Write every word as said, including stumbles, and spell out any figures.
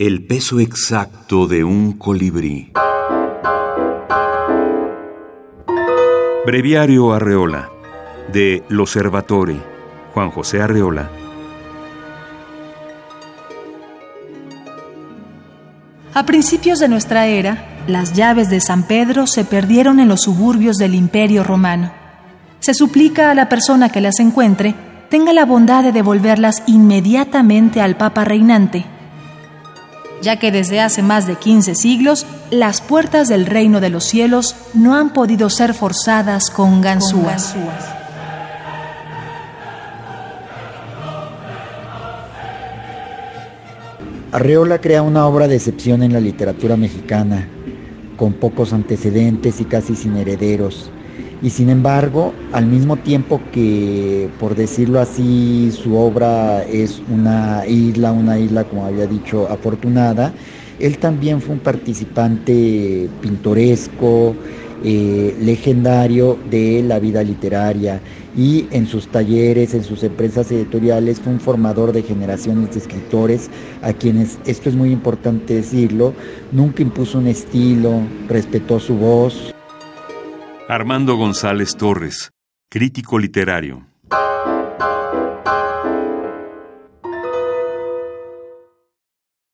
El peso exacto de un colibrí. Breviario Arreola, de L'Osservatore, Juan José Arreola. A principios de nuestra era, las llaves de San Pedro se perdieron en los suburbios del Imperio Romano. Se suplica a la persona que las encuentre tenga la bondad de devolverlas inmediatamente al Papa reinante, ya que desde hace más de quince siglos, las puertas del reino de los cielos no han podido ser forzadas con ganzúas. Con ganzúas. Arreola crea una obra de excepción en la literatura mexicana, con pocos antecedentes y casi sin herederos. Y sin embargo, al mismo tiempo que, por decirlo así, su obra es una isla, una isla, como había dicho, afortunada, él también fue un participante pintoresco, eh, legendario de la vida literaria, y en sus talleres, en sus empresas editoriales, fue un formador de generaciones de escritores a quienes, esto es muy importante decirlo, nunca impuso un estilo, respetó su voz. Armando González Torres, crítico literario.